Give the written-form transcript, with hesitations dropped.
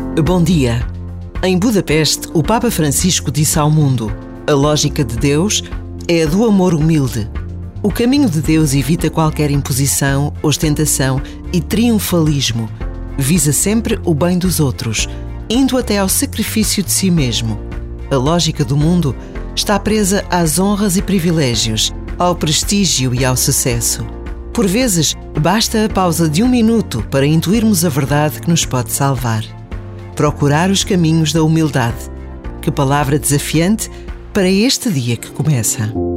Bom dia. Em Budapeste, o Papa Francisco disse ao mundo: a lógica de Deus é a do amor humilde. O caminho de Deus evita qualquer imposição, ostentação e triunfalismo. Visa sempre o bem dos outros, indo até ao sacrifício de si mesmo. A lógica do mundo está presa às honras e privilégios, ao prestígio e ao sucesso. Por vezes, basta a pausa de 1 minuto para intuirmos a verdade que nos pode salvar. Procurar os caminhos da humildade. Que palavra desafiante para este dia que começa.